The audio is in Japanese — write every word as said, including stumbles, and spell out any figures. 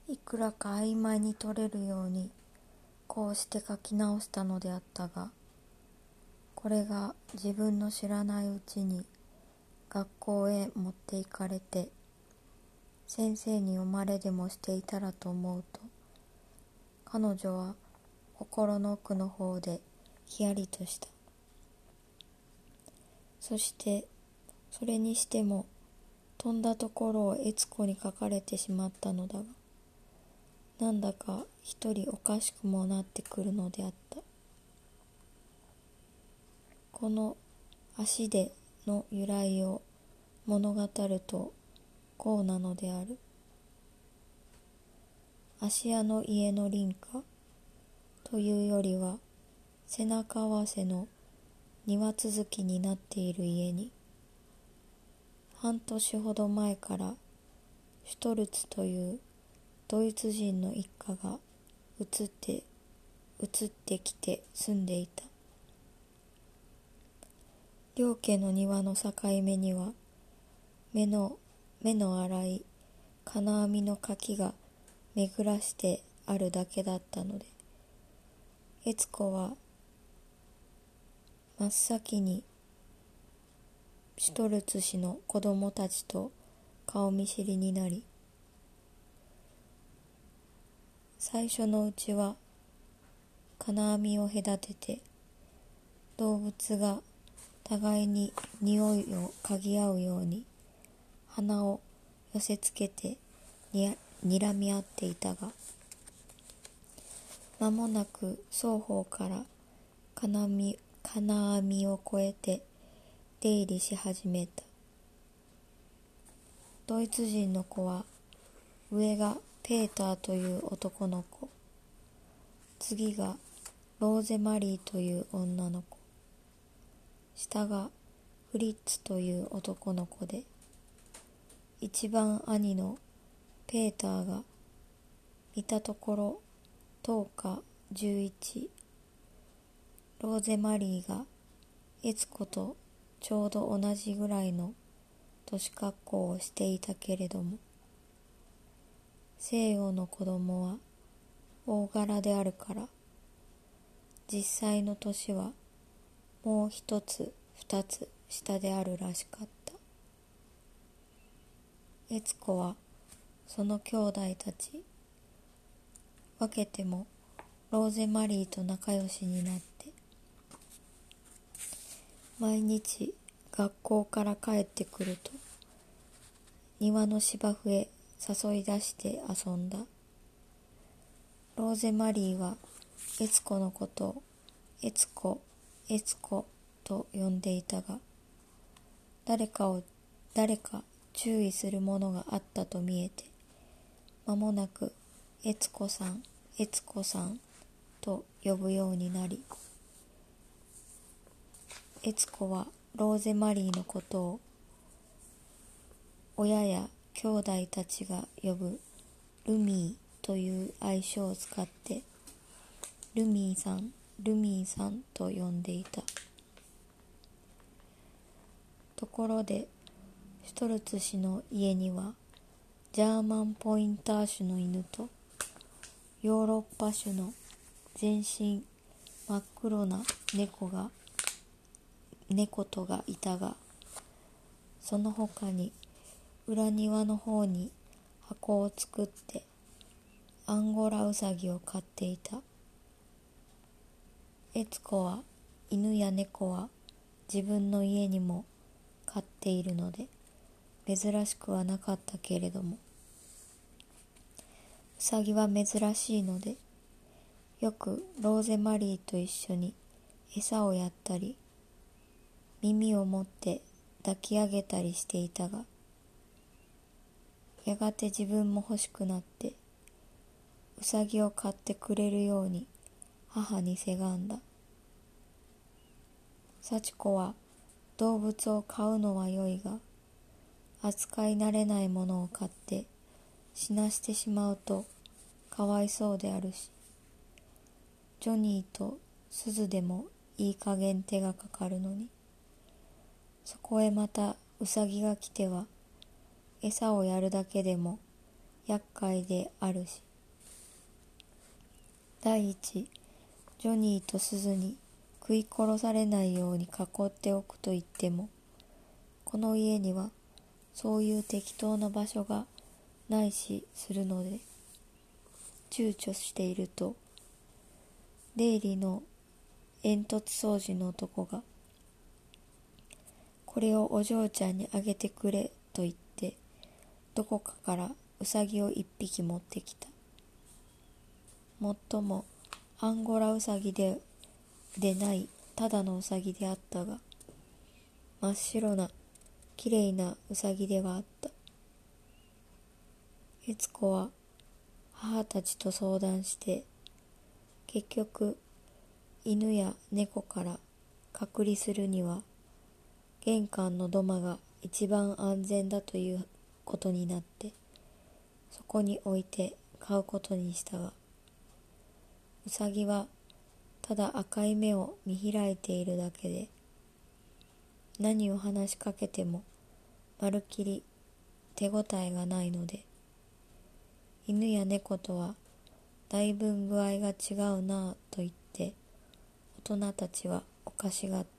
いくらか曖昧に取れるようにこうして書き直したのであったが、これが自分の知らないうちに学校へ持って行かれて先生に読まれでもしていたらと思うと、彼女は心の奥の方でひやりとした。そしてそれにしても飛んだところを悦子に書かれてしまったのだが、なんだか一人おかしくもなってくるのであった。この足での由来を物語るとこうなのである。芦屋の家の隣家というよりは背中合わせの庭続きになっている家に、半年ほど前からシュトルツというドイツ人の一家が移って移ってきて住んでいた。両家の庭の境目には目の目の粗い金網の垣が巡らしてあるだけだったので、悦子は真っ先にシュトルツ氏の子供たちと顔見知りになり、最初のうちは金網を隔てて動物が互いに匂いを嗅ぎ合うように鼻を寄せつけてに睨み合っていたが、間もなく双方から金網、金網を越えて出入りし始めた。ドイツ人の子は上がペーターという男の子、次がローゼマリーという女の子、下がフリッツという男の子で、一番兄のペーターが見たところとおかじゅういち、ローゼマリーが悦子とちょうど同じぐらいの年格好をしていたけれども、西洋の子供は大柄であるから、実際の年はもう一つ二つ下であるらしかった。悦子はその兄弟たち、分けてもローゼマリーと仲良しになって、毎日学校から帰ってくると庭の芝生へ誘い出して遊んだ。ローゼマリーは悦子のことを悦子、悦子と呼んでいたが、誰かを誰か注意するものがあったと見えて、間もなく悦子さん、悦子さんと呼ぶようになり、悦子はローゼマリーのことを親や兄弟たちが呼ぶルミーという愛称を使ってルミーさん、ルミーさんと呼んでいた。ところでシュトルツ氏の家にはジャーマンポインター種の犬とヨーロッパ種の全身真っ黒な猫が猫とがいたが、その他に裏庭の方に箱を作ってアンゴラウサギを飼っていた。悦子は犬や猫は自分の家にも飼っているので珍しくはなかったけれども、ウサギは珍しいのでよくローゼマリーと一緒に餌をやったり耳を持って抱き上げたりしていたが、やがて自分も欲しくなってウサギを飼ってくれるように母にせがんだ。幸子は動物を飼うのはよいが、扱い慣れないものを飼って死なしてしまうとかわいそうであるし、ジョニーとスズでもいい加減手がかかるのに、そこへまたウサギが来ては餌をやるだけでも厄介であるし。第一、ジョニーとスズに食い殺されないように囲っておくと言っても、この家にはそういう適当な場所がないしするので、躊躇していると、出入りの煙突掃除の男が、これをお嬢ちゃんにあげてくれと言って、どこかからウサギを一匹持ってきた。もっともアンゴラウサギで、でないただのウサギであったが、真っ白なきれいなウサギではあった。悦子は母たちと相談して、結局犬や猫から隔離するには玄関の土間が一番安全だということになって、そこに置いて飼うことにしたが、ウサギはただ赤い目を見開いているだけで、何を話しかけてもまるっきり手応えがないので、犬や猫とはだいぶん具合が違うなぁと言って大人たちはおかしがった。